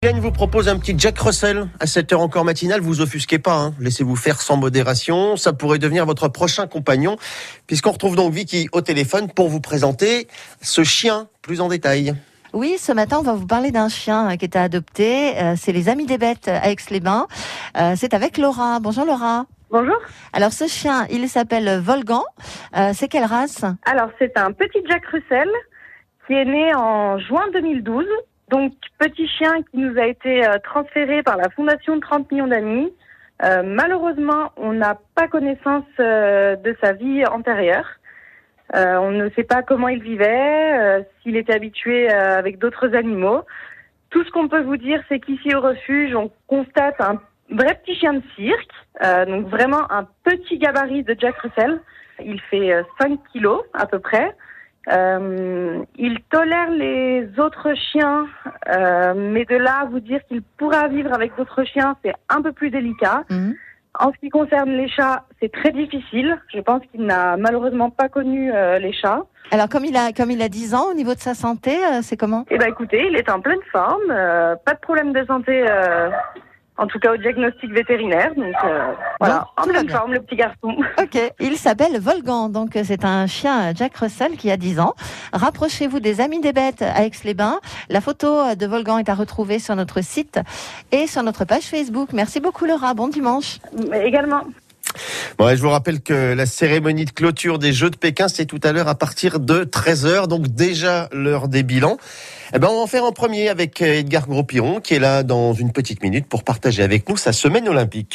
Yann vous propose un petit Jack Russell à 7h encore matinale. Vous offusquez pas, hein. Laissez-vous faire sans modération. Ça pourrait devenir votre prochain compagnon, puisqu'on retrouve donc Vicky au téléphone pour vous présenter ce chien plus en détail. Oui, ce matin, on va vous parler d'un chien qui était adopté. C'est les Amis des Bêtes à Aix-les-Bains. C'est avec Laura. Bonjour Laura. Bonjour. Alors ce chien, il s'appelle Volgan. C'est quelle race ? Alors c'est un petit Jack Russell qui est né en juin 2012. Donc petit chien qui nous a été transféré par la Fondation 30 millions d'amis. Malheureusement, on n'a pas connaissance de sa vie antérieure. On ne sait pas comment il vivait, s'il était habitué avec d'autres animaux. Tout ce qu'on peut vous dire, c'est qu'ici au refuge, on constate un vrai petit chien de cirque, donc vraiment un petit gabarit de Jack Russell. Il fait 5 kilos à peu près. Il tolère les autres chiens, mais de là à vous dire qu'il pourra vivre avec d'autres chiens, c'est un peu plus délicat. En ce qui concerne les chats, c'est très difficile. Je pense qu'il n'a malheureusement pas connu les chats. Alors comme il a 10 ans, au niveau de sa santé, c'est comment ? Eh ben écoutez, il est en pleine forme, pas de problème de santé, en tout cas au diagnostic vétérinaire. Donc voilà, en pleine forme, le petit garçon. Ok, il s'appelle Volgan, donc c'est un chien Jack Russell qui a 10 ans. Rapprochez-vous des Amis des Bêtes à Aix-les-Bains. La photo de Volgan est à retrouver sur notre site et sur notre page Facebook. Merci beaucoup Laura, bon dimanche. Également. Bon, je vous rappelle que la cérémonie de clôture des Jeux de Pékin, c'est tout à l'heure à partir de 13h, donc déjà l'heure des bilans. On va en faire en premier avec Edgar Gros-Piron, qui est là dans une petite minute pour partager avec nous sa semaine olympique.